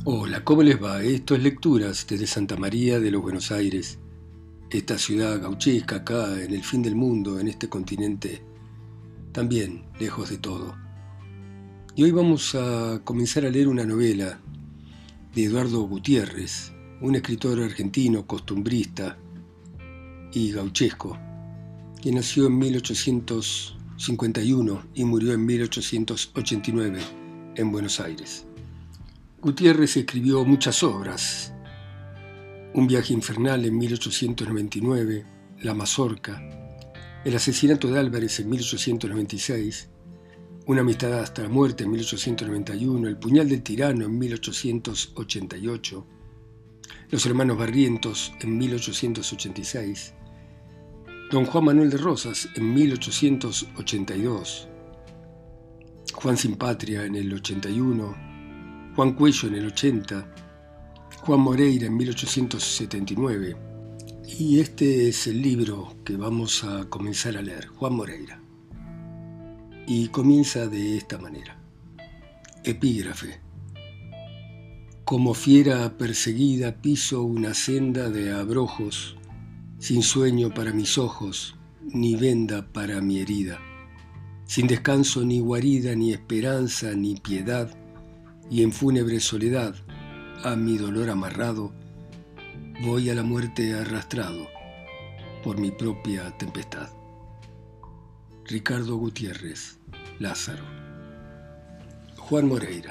Hola, ¿cómo les va? Esto es Lecturas desde Santa María de los Buenos Aires, esta ciudad gauchesca acá en el fin del mundo, en este continente también lejos de todo. Y hoy vamos a comenzar a leer una novela de Eduardo Gutiérrez, un escritor argentino costumbrista y gauchesco, que nació en 1851 y murió en 1889 en Buenos Aires. Gutiérrez escribió muchas obras: Un viaje infernal en 1899, La mazorca, El asesinato de Álvarez en 1896, Una amistad hasta la muerte en 1891, El puñal del tirano en 1888, Los hermanos Barrientos en 1886, Don Juan Manuel de Rosas en 1882, Juan sin patria en el 81, Juan Cuello en el 80, Juan Moreira en 1879, y este es el libro que vamos a comenzar a leer, Juan Moreira. Y comienza de esta manera. Epígrafe. Como fiera perseguida piso una senda de abrojos, sin sueño para mis ojos, ni venda para mi herida, sin descanso ni guarida, ni esperanza, ni piedad, y en fúnebre soledad, a mi dolor amarrado, voy a la muerte arrastrado por mi propia tempestad. Ricardo Gutiérrez, Lázaro. Juan Moreira.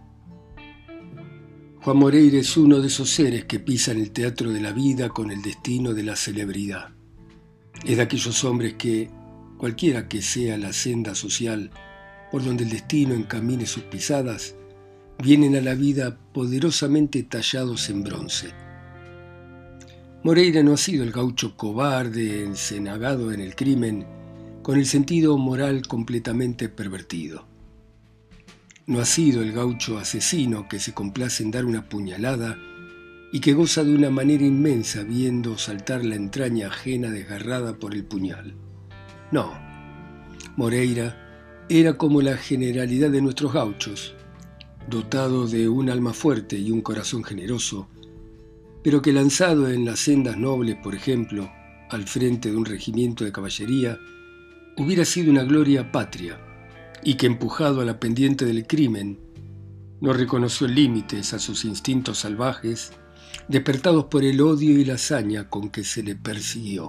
Juan Moreira es uno de esos seres que pisan el teatro de la vida con el destino de la celebridad. Es de aquellos hombres que, cualquiera que sea la senda social por donde el destino encamine sus pisadas, vienen a la vida poderosamente tallados en bronce. Moreira no ha sido el gaucho cobarde, encenagado en el crimen, con el sentido moral completamente pervertido. No ha sido el gaucho asesino que se complace en dar una puñalada y que goza de una manera inmensa viendo saltar la entraña ajena desgarrada por el puñal. No, Moreira era como la generalidad de nuestros gauchos, dotado de un alma fuerte y un corazón generoso, pero que lanzado en las sendas nobles, por ejemplo, al frente de un regimiento de caballería, hubiera sido una gloria patria, y que empujado a la pendiente del crimen, no reconoció límites a sus instintos salvajes, despertados por el odio y la hazaña con que se le persiguió.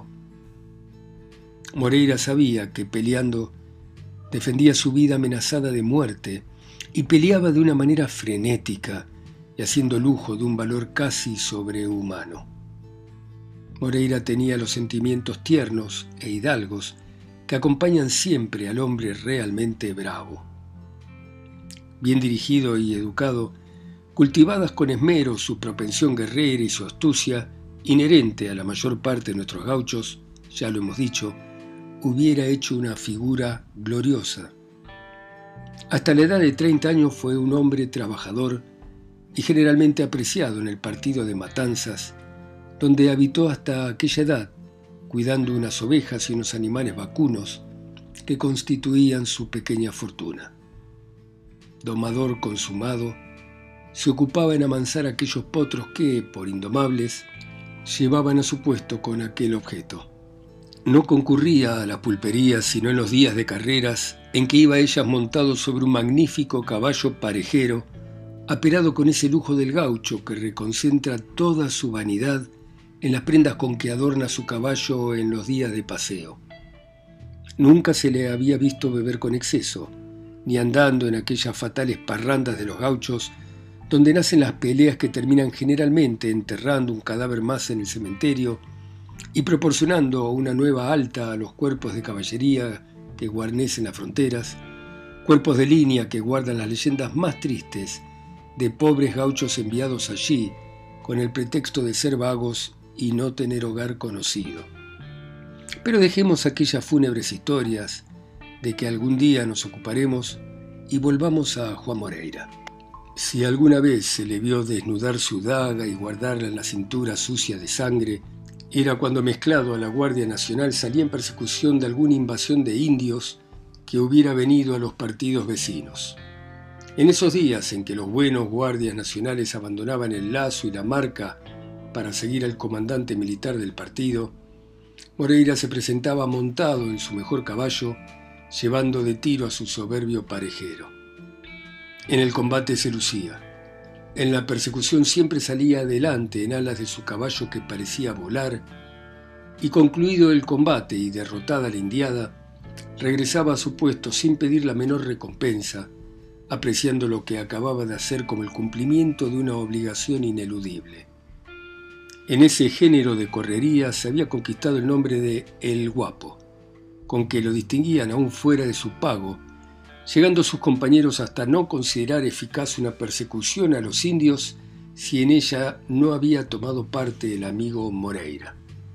Moreira sabía que peleando defendía su vida amenazada de muerte, y peleaba de una manera frenética y haciendo lujo de un valor casi sobrehumano. Moreira tenía los sentimientos tiernos e hidalgos que acompañan siempre al hombre realmente bravo. Bien dirigido y educado, cultivadas con esmero su propensión guerrera y su astucia, inherente a la mayor parte de nuestros gauchos, ya lo hemos dicho, hubiera hecho una figura gloriosa. Hasta la edad de 30 años fue un hombre trabajador y generalmente apreciado en el partido de Matanzas, donde habitó hasta aquella edad, cuidando unas ovejas y unos animales vacunos que constituían su pequeña fortuna. Domador consumado, se ocupaba en amansar aquellos potros que, por indomables, llevaban a su puesto con aquel objeto. No concurría a las pulperías sino en los días de carreras en que iba ellas montado sobre un magnífico caballo parejero, aperado con ese lujo del gaucho que reconcentra toda su vanidad en las prendas con que adorna su caballo en los días de paseo. Nunca se le había visto beber con exceso, ni andando en aquellas fatales parrandas de los gauchos, donde nacen las peleas que terminan generalmente enterrando un cadáver más en el cementerio y proporcionando una nueva alta a los cuerpos de caballería que guarnecen las fronteras, cuerpos de línea que guardan las leyendas más tristes de pobres gauchos enviados allí con el pretexto de ser vagos y no tener hogar conocido. Pero dejemos aquellas fúnebres historias de que algún día nos ocuparemos y volvamos a Juan Moreira. Si alguna vez se le vio desnudar su daga y guardarla en la cintura sucia de sangre, era cuando mezclado a la Guardia Nacional salía en persecución de alguna invasión de indios que hubiera venido a los partidos vecinos. En esos días en que los buenos guardias nacionales abandonaban el lazo y la marca para seguir al comandante militar del partido, Moreira se presentaba montado en su mejor caballo, llevando de tiro a su soberbio parejero. En el combate se lucía. En la persecución siempre salía adelante en alas de su caballo que parecía volar, y concluido el combate y derrotada la indiada, regresaba a su puesto sin pedir la menor recompensa, apreciando lo que acababa de hacer como el cumplimiento de una obligación ineludible. En ese género de correría se había conquistado el nombre de El Guapo, con que lo distinguían aún fuera de su pago, llegando sus compañeros hasta no considerar eficaz una persecución a los indios si en ella no había tomado parte el amigo Moreira.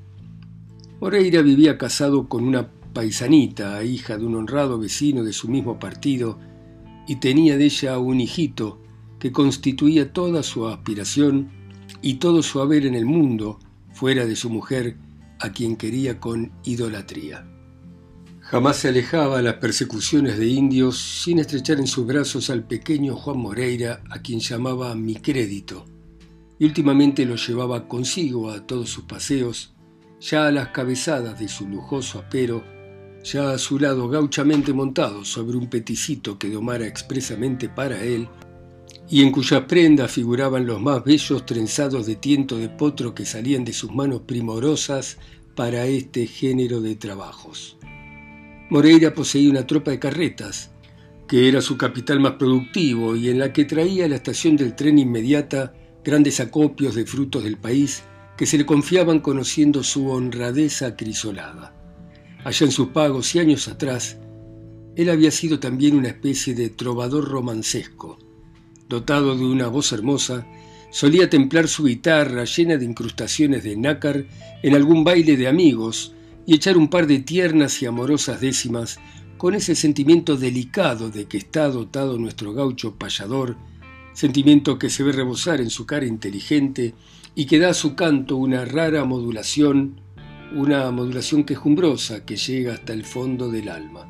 Moreira vivía casado con una paisanita, hija de un honrado vecino de su mismo partido, y tenía de ella un hijito que constituía toda su aspiración y todo su haber en el mundo, fuera de su mujer, a quien quería con idolatría. Jamás se alejaba a las persecuciones de indios sin estrechar en sus brazos al pequeño Juan Moreira, a quien llamaba mi crédito, y últimamente lo llevaba consigo a todos sus paseos, ya a las cabezadas de su lujoso apero, ya a su lado gauchamente montado sobre un peticito que domara expresamente para él, y en cuyas prendas figuraban los más bellos trenzados de tiento de potro que salían de sus manos primorosas para este género de trabajos. Moreira poseía una tropa de carretas, que era su capital más productivo y en la que traía a la estación del tren inmediata grandes acopios de frutos del país que se le confiaban conociendo su honradez acrisolada. Allá en sus pagos y años atrás, él había sido también una especie de trovador romancesco. Dotado de una voz hermosa, solía templar su guitarra llena de incrustaciones de nácar en algún baile de amigos y echar un par de tiernas y amorosas décimas con ese sentimiento delicado de que está dotado nuestro gaucho payador, sentimiento que se ve rebosar en su cara inteligente y que da a su canto una rara modulación, una modulación quejumbrosa que llega hasta el fondo del alma.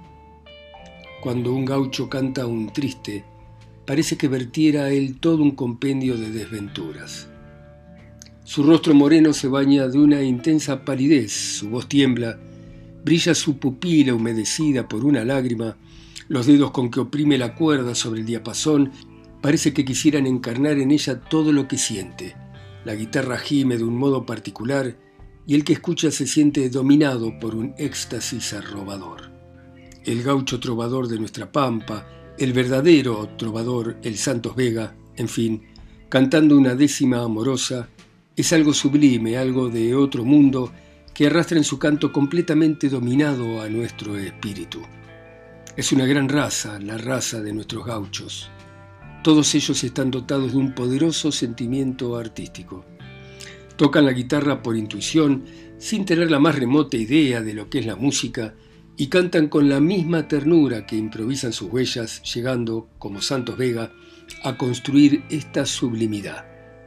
Cuando un gaucho canta un triste, parece que vertiera a él todo un compendio de desventuras. Su rostro moreno se baña de una intensa palidez, su voz tiembla, brilla su pupila humedecida por una lágrima, los dedos con que oprime la cuerda sobre el diapasón parece que quisieran encarnar en ella todo lo que siente. La guitarra gime de un modo particular y el que escucha se siente dominado por un éxtasis arrobador. El gaucho trovador de nuestra pampa, el verdadero trovador, el Santos Vega, en fin, cantando una décima amorosa, es algo sublime, algo de otro mundo que arrastra en su canto completamente dominado a nuestro espíritu. Es una gran raza, la raza de nuestros gauchos. Todos ellos están dotados de un poderoso sentimiento artístico. Tocan la guitarra por intuición, sin tener la más remota idea de lo que es la música, y cantan con la misma ternura que improvisan sus huellas, llegando, como Santos Vega, a construir esta sublimidad.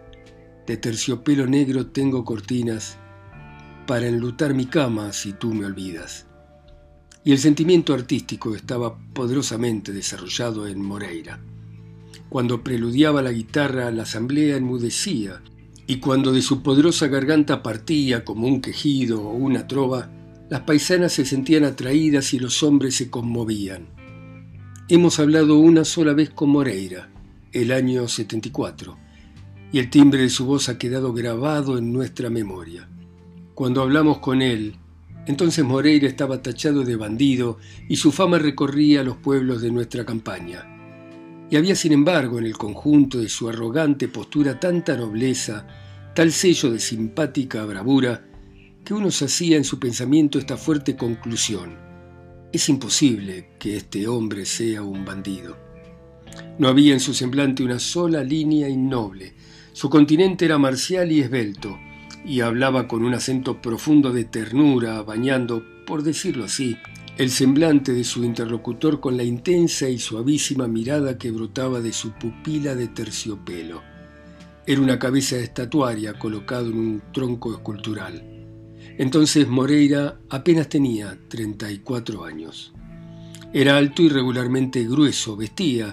De terciopelo negro tengo cortinas para enlutar mi cama si tú me olvidas. Y el sentimiento artístico estaba poderosamente desarrollado en Moreira. Cuando preludiaba la guitarra, la asamblea enmudecía, y cuando de su poderosa garganta partía como un quejido o una trova, las paisanas se sentían atraídas y los hombres se conmovían. Hemos hablado una sola vez con Moreira, el año 74, y el timbre de su voz ha quedado grabado en nuestra memoria. Cuando hablamos con él, entonces Moreira estaba tachado de bandido y su fama recorría los pueblos de nuestra campaña. Y había, sin embargo, en el conjunto de su arrogante postura tanta nobleza, tal sello de simpática bravura, que uno se hacía en su pensamiento esta fuerte conclusión: es imposible que este hombre sea un bandido. No había en su semblante una sola línea innoble. Su continente era marcial y esbelto, y hablaba con un acento profundo de ternura, bañando, por decirlo así, el semblante de su interlocutor con la intensa y suavísima mirada que brotaba de su pupila de terciopelo. Era una cabeza estatuaria colocada en un tronco escultural. Entonces Moreira apenas tenía 34 años. Era alto y regularmente grueso, vestía,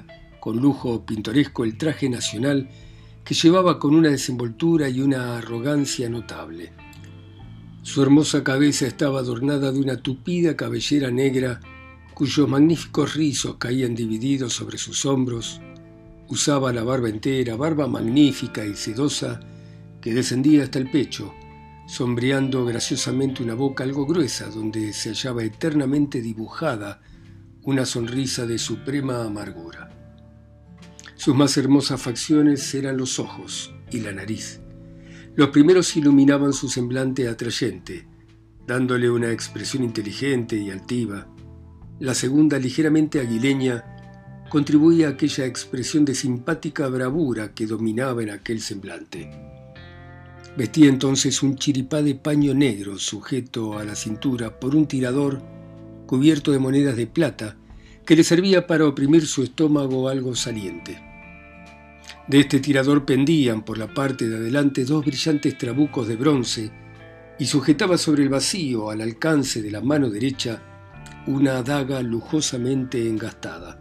con lujo pintoresco el traje nacional que llevaba con una desenvoltura y una arrogancia notable. Su hermosa cabeza estaba adornada de una tupida cabellera negra cuyos magníficos rizos caían divididos sobre sus hombros. Usaba la barba entera, barba magnífica y sedosa que descendía hasta el pecho, sombreando graciosamente una boca algo gruesa donde se hallaba eternamente dibujada una sonrisa de suprema amargura. Sus más hermosas facciones eran los ojos y la nariz. Los primeros iluminaban su semblante atrayente, dándole una expresión inteligente y altiva. La segunda, ligeramente aguileña, contribuía a aquella expresión de simpática bravura que dominaba en aquel semblante. Vestía entonces un chiripá de paño negro sujeto a la cintura por un tirador cubierto de monedas de plata que le servía para oprimir su estómago algo saliente. De este tirador pendían por la parte de adelante dos brillantes trabucos de bronce y sujetaba sobre el vacío, al alcance de la mano derecha, una adaga lujosamente engastada.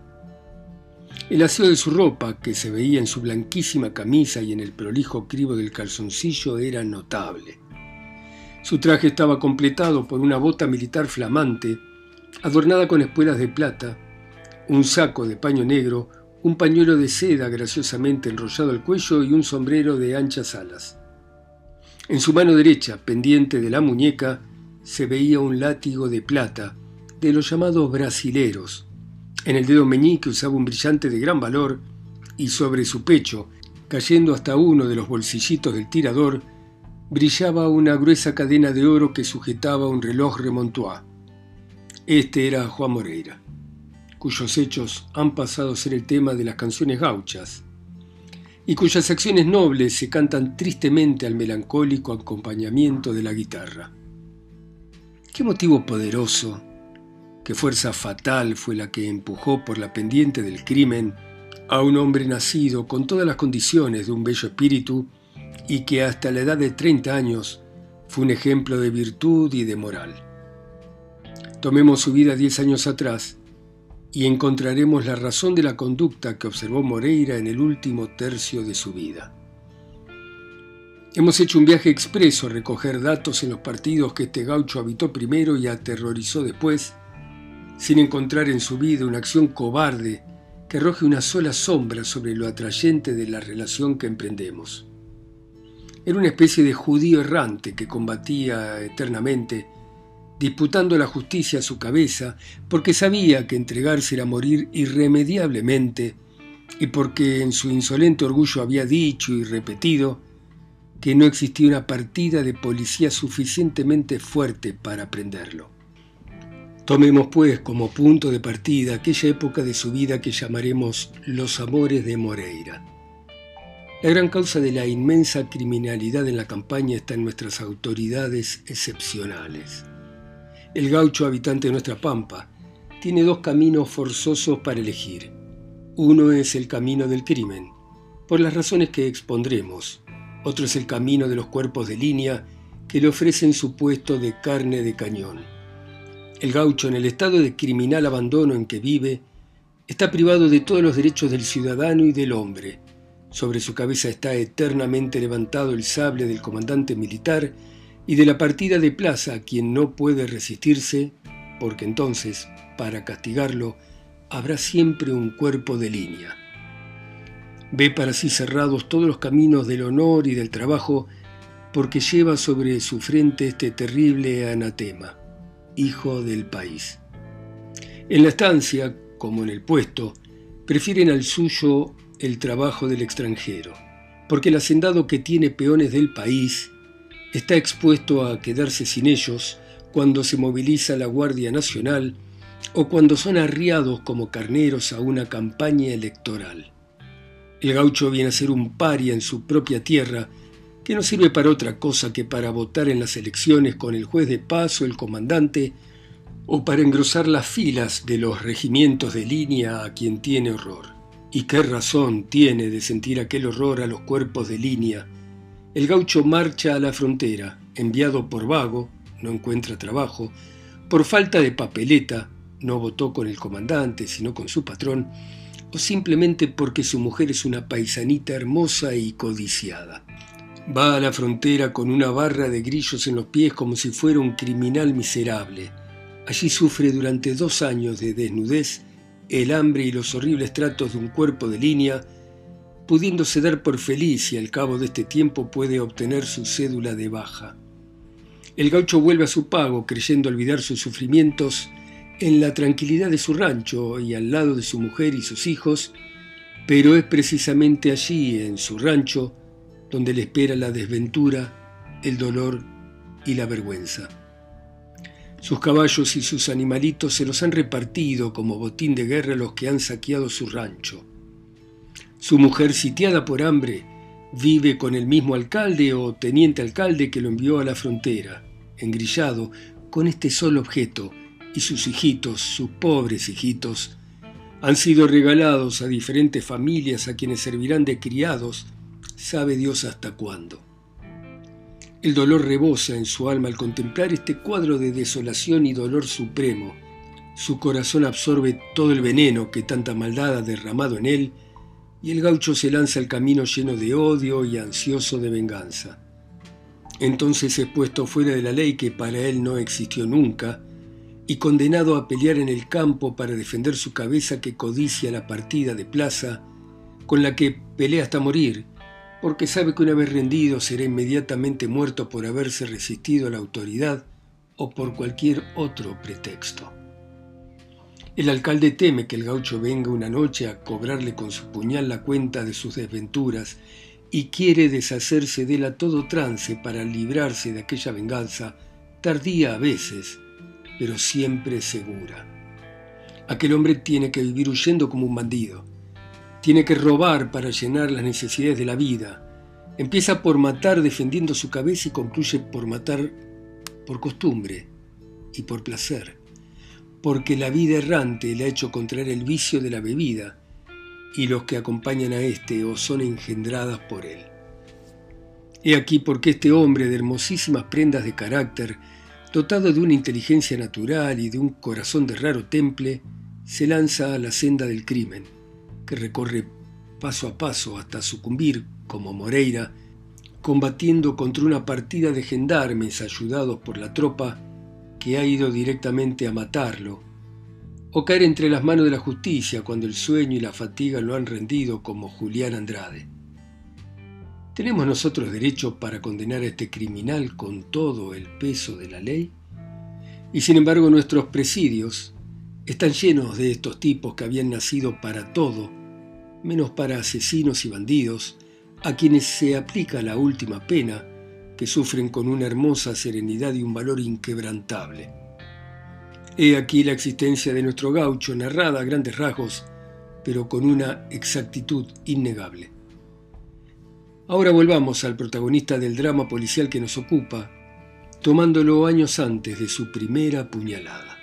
El aseo de su ropa, que se veía en su blanquísima camisa y en el prolijo cribo del calzoncillo, era notable. Su traje estaba completado por una bota militar flamante, adornada con espuelas de plata, un saco de paño negro, un pañuelo de seda graciosamente enrollado al cuello y un sombrero de anchas alas. En su mano derecha, pendiente de la muñeca, se veía un látigo de plata, de los llamados brasileros. En el dedo meñique usaba un brillante de gran valor y sobre su pecho, cayendo hasta uno de los bolsillitos del tirador, brillaba una gruesa cadena de oro que sujetaba un reloj Remontois. Este era Juan Moreira, cuyos hechos han pasado a ser el tema de las canciones gauchas y cuyas acciones nobles se cantan tristemente al melancólico acompañamiento de la guitarra. ¿Qué motivo poderoso, qué fuerza fatal fue la que empujó por la pendiente del crimen a un hombre nacido con todas las condiciones de un bello espíritu y que hasta la edad de 30 años fue un ejemplo de virtud y de moral? Tomemos su vida 10 años atrás y encontraremos la razón de la conducta que observó Moreira en el último tercio de su vida. Hemos hecho un viaje expreso a recoger datos en los partidos que este gaucho habitó primero y aterrorizó después, sin encontrar en su vida una acción cobarde que arroje una sola sombra sobre lo atrayente de la relación que emprendemos. Era una especie de judío errante que combatía eternamente, disputando la justicia a su cabeza, porque sabía que entregarse era morir irremediablemente y porque en su insolente orgullo había dicho y repetido que no existía una partida de policía suficientemente fuerte para prenderlo. Tomemos, pues, como punto de partida aquella época de su vida que llamaremos los amores de Moreira. La gran causa de la inmensa criminalidad en la campaña está en nuestras autoridades excepcionales. El gaucho habitante de nuestra pampa tiene dos caminos forzosos para elegir. Uno es el camino del crimen, por las razones que expondremos. Otro es el camino de los cuerpos de línea que le ofrecen su puesto de carne de cañón. El gaucho, en el estado de criminal abandono en que vive, está privado de todos los derechos del ciudadano y del hombre. Sobre su cabeza está eternamente levantado el sable del comandante militar y de la partida de plaza a quien no puede resistirse, porque entonces, para castigarlo, habrá siempre un cuerpo de línea. Ve para sí cerrados todos los caminos del honor y del trabajo, porque lleva sobre su frente este terrible anatema: hijo del país. En la estancia, como en el puesto, prefieren al suyo el trabajo del extranjero, porque el hacendado que tiene peones del país está expuesto a quedarse sin ellos cuando se moviliza la Guardia Nacional o cuando son arriados como carneros a una campaña electoral. El gaucho viene a ser un paria en su propia tierra, que no sirve para otra cosa que para votar en las elecciones con el juez de paz o el comandante, o para engrosar las filas de los regimientos de línea a quien tiene horror. ¿Y qué razón tiene de sentir aquel horror a los cuerpos de línea? El gaucho marcha a la frontera, enviado por vago, no encuentra trabajo, por falta de papeleta, no votó con el comandante sino con su patrón, o simplemente porque su mujer es una paisanita hermosa y codiciada. Va a la frontera con una barra de grillos en los pies como si fuera un criminal miserable. Allí sufre durante 2 años de desnudez, el hambre y los horribles tratos de un cuerpo de línea, pudiéndose dar por feliz y al cabo de este tiempo puede obtener su cédula de baja. El gaucho vuelve a su pago creyendo olvidar sus sufrimientos en la tranquilidad de su rancho y al lado de su mujer y sus hijos, pero es precisamente allí, en su rancho, donde le espera la desventura, el dolor y la vergüenza. Sus caballos y sus animalitos se los han repartido como botín de guerra a los que han saqueado su rancho. Su mujer, sitiada por hambre, vive con el mismo alcalde o teniente alcalde que lo envió a la frontera, engrillado con este solo objeto, y sus hijitos, sus pobres hijitos, han sido regalados a diferentes familias a quienes servirán de criados, sabe Dios hasta cuándo. El dolor rebosa en su alma al contemplar este cuadro de desolación y dolor supremo. Su corazón absorbe todo el veneno que tanta maldad ha derramado en él, y el gaucho se lanza al camino lleno de odio y ansioso de venganza. Entonces es puesto fuera de la ley que para él no existió nunca, y condenado a pelear en el campo para defender su cabeza que codicia la partida de plaza, con la que pelea hasta morir, porque sabe que una vez rendido será inmediatamente muerto por haberse resistido a la autoridad o por cualquier otro pretexto. El alcalde teme que el gaucho venga una noche a cobrarle con su puñal la cuenta de sus desventuras y quiere deshacerse de él a todo trance para librarse de aquella venganza, tardía a veces, pero siempre segura. Aquel hombre tiene que vivir huyendo como un bandido. Tiene que robar para llenar las necesidades de la vida. Empieza por matar defendiendo su cabeza y concluye por matar por costumbre y por placer. Porque la vida errante le ha hecho contraer el vicio de la bebida y los que acompañan a éste o son engendradas por él. He aquí por qué este hombre de hermosísimas prendas de carácter, dotado de una inteligencia natural y de un corazón de raro temple, se lanza a la senda del crimen, que recorre paso a paso hasta sucumbir, como Moreira, combatiendo contra una partida de gendarmes ayudados por la tropa que ha ido directamente a matarlo, o caer entre las manos de la justicia cuando el sueño y la fatiga lo han rendido, como Julián Andrade. ¿Tenemos nosotros derecho para condenar a este criminal con todo el peso de la ley? Y sin embargo nuestros presidios están llenos de estos tipos que habían nacido para todo, menos para asesinos y bandidos, a quienes se aplica la última pena, que sufren con una hermosa serenidad y un valor inquebrantable. He aquí la existencia de nuestro gaucho, narrada a grandes rasgos, pero con una exactitud innegable. Ahora volvamos al protagonista del drama policial que nos ocupa, tomándolo años antes de su primera puñalada.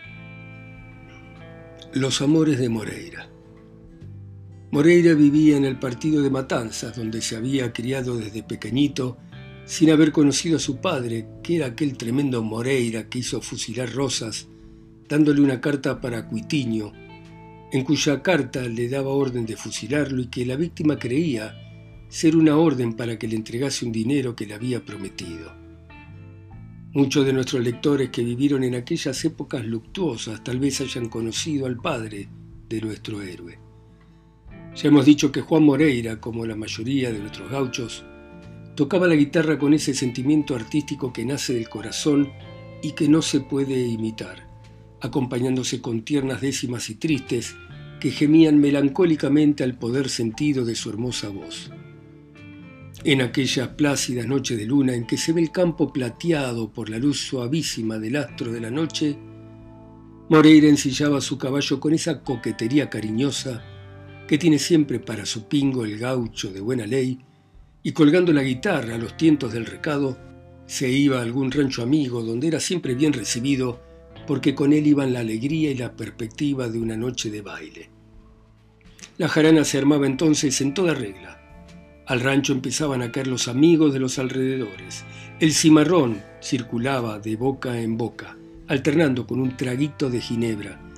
Los amores de Moreira. Moreira vivía en el partido de Matanzas, donde se había criado desde pequeñito, sin haber conocido a su padre, que era aquel tremendo Moreira que hizo fusilar Rosas, dándole una carta para Cuitiño, en cuya carta le daba orden de fusilarlo y que la víctima creía ser una orden para que le entregase un dinero que le había prometido. Muchos de nuestros lectores que vivieron en aquellas épocas luctuosas tal vez hayan conocido al padre de nuestro héroe. Ya hemos dicho que Juan Moreira, como la mayoría de nuestros gauchos, tocaba la guitarra con ese sentimiento artístico que nace del corazón y que no se puede imitar, acompañándose con tiernas décimas y tristes que gemían melancólicamente al poder sentido de su hermosa voz. En aquellas plácidas noches de luna en que se ve el campo plateado por la luz suavísima del astro de la noche, Moreira ensillaba su caballo con esa coquetería cariñosa que tiene siempre para su pingo el gaucho de buena ley, y colgando la guitarra a los tientos del recado, se iba a algún rancho amigo donde era siempre bien recibido, porque con él iban la alegría y la perspectiva de una noche de baile. La jarana se armaba entonces en toda regla. Al rancho empezaban a caer los amigos de los alrededores. El cimarrón circulaba de boca en boca, alternando con un traguito de ginebra.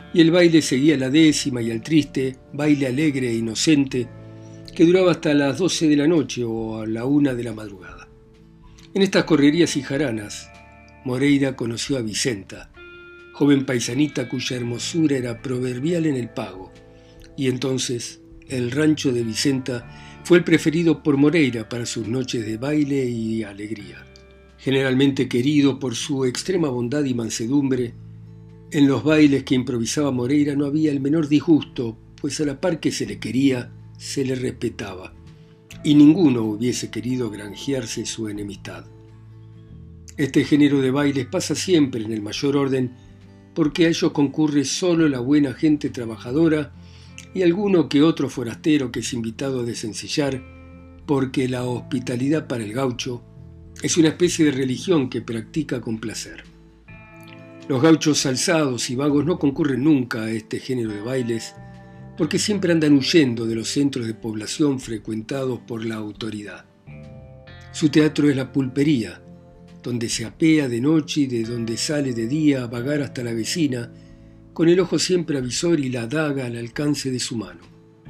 y el baile seguía la décima y el triste, baile alegre e inocente, que duraba hasta las 12 de la noche o a la 1 de la madrugada. En estas correrías y jaranas, Moreira conoció a Vicenta, joven paisanita cuya hermosura era proverbial en el pago, y entonces el rancho de Vicenta fue el preferido por Moreira para sus noches de baile y alegría. Generalmente querido por su extrema bondad y mansedumbre, en los bailes que improvisaba Moreira no había el menor disgusto, pues a la par que se le quería, se le respetaba, y ninguno hubiese querido granjearse su enemistad. Este género de bailes pasa siempre en el mayor orden, porque a ellos concurre solo la buena gente trabajadora y alguno que otro forastero que es invitado a desencillar, porque la hospitalidad para el gaucho es una especie de religión que practica con placer. Los gauchos alzados y vagos no concurren nunca a este género de bailes, porque siempre andan huyendo de los centros de población frecuentados por la autoridad. Su teatro es la pulpería, donde se apea de noche y de donde sale de día a vagar hasta la vecina, con el ojo siempre avisor y la daga al alcance de su mano.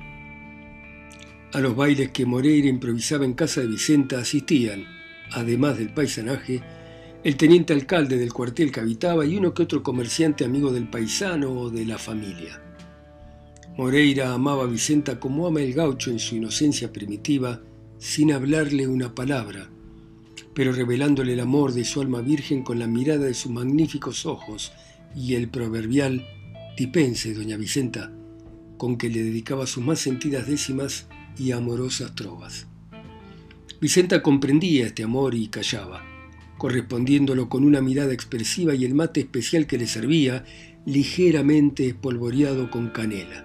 A los bailes que Moreira improvisaba en casa de Vicenta asistían, además del paisanaje, el teniente alcalde del cuartel que habitaba y uno que otro comerciante amigo del paisano o de la familia. Moreira amaba a Vicenta como ama el gaucho en su inocencia primitiva, sin hablarle una palabra, pero revelándole el amor de su alma virgen con la mirada de sus magníficos ojos y el proverbial «Dipense, doña Vicenta», con que le dedicaba sus más sentidas décimas y amorosas trovas. Vicenta comprendía este amor y callaba, correspondiéndolo con una mirada expresiva y el mate especial que le servía, ligeramente espolvoreado con canela.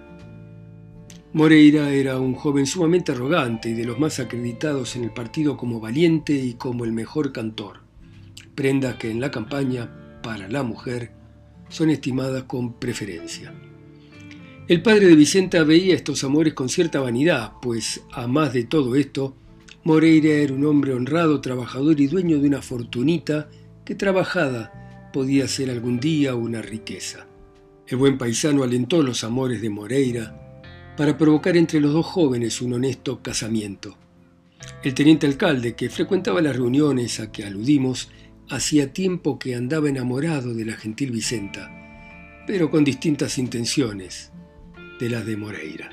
Moreira era un joven sumamente arrogante y de los más acreditados en el partido como valiente y como el mejor cantor, prendas que en la campaña, para la mujer, son estimadas con preferencia. El padre de Vicenta veía estos amores con cierta vanidad, pues, a más de todo esto, Moreira era un hombre honrado, trabajador y dueño de una fortunita que trabajada podía ser algún día una riqueza. El buen paisano alentó los amores de Moreira para provocar entre los dos jóvenes un honesto casamiento. El teniente alcalde, que frecuentaba las reuniones a que aludimos, hacía tiempo que andaba enamorado de la gentil Vicenta, pero con distintas intenciones de las de Moreira.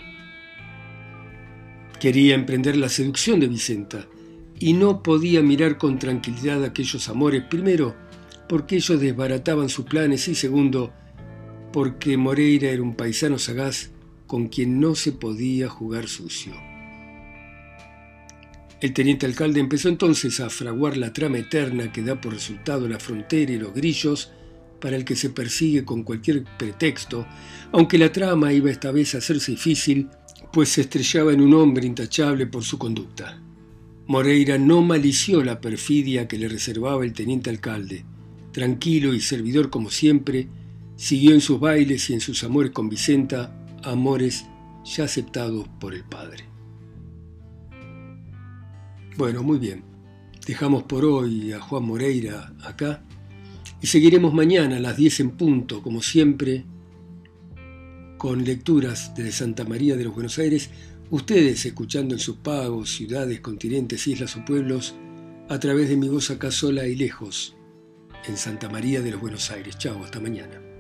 Quería emprender la seducción de Vicenta y no podía mirar con tranquilidad aquellos amores, primero porque ellos desbarataban sus planes y segundo porque Moreira era un paisano sagaz con quien no se podía jugar sucio. El teniente alcalde empezó entonces a fraguar la trama eterna que da por resultado la frontera y los grillos para el que se persigue con cualquier pretexto, aunque la trama iba esta vez a hacerse difícil, pues se estrellaba en un hombre intachable por su conducta. Moreira no malició la perfidia que le reservaba el teniente alcalde. Tranquilo y servidor como siempre, siguió en sus bailes y en sus amores con Vicenta, amores ya aceptados por el padre. Bueno, muy bien. Dejamos por hoy a Juan Moreira acá y seguiremos mañana a las 10 en punto, como siempre, con lecturas desde Santa María de los Buenos Aires, ustedes escuchando en sus pagos, ciudades, continentes, islas o pueblos, a través de mi voz acá sola y lejos, en Santa María de los Buenos Aires. Chao, hasta mañana.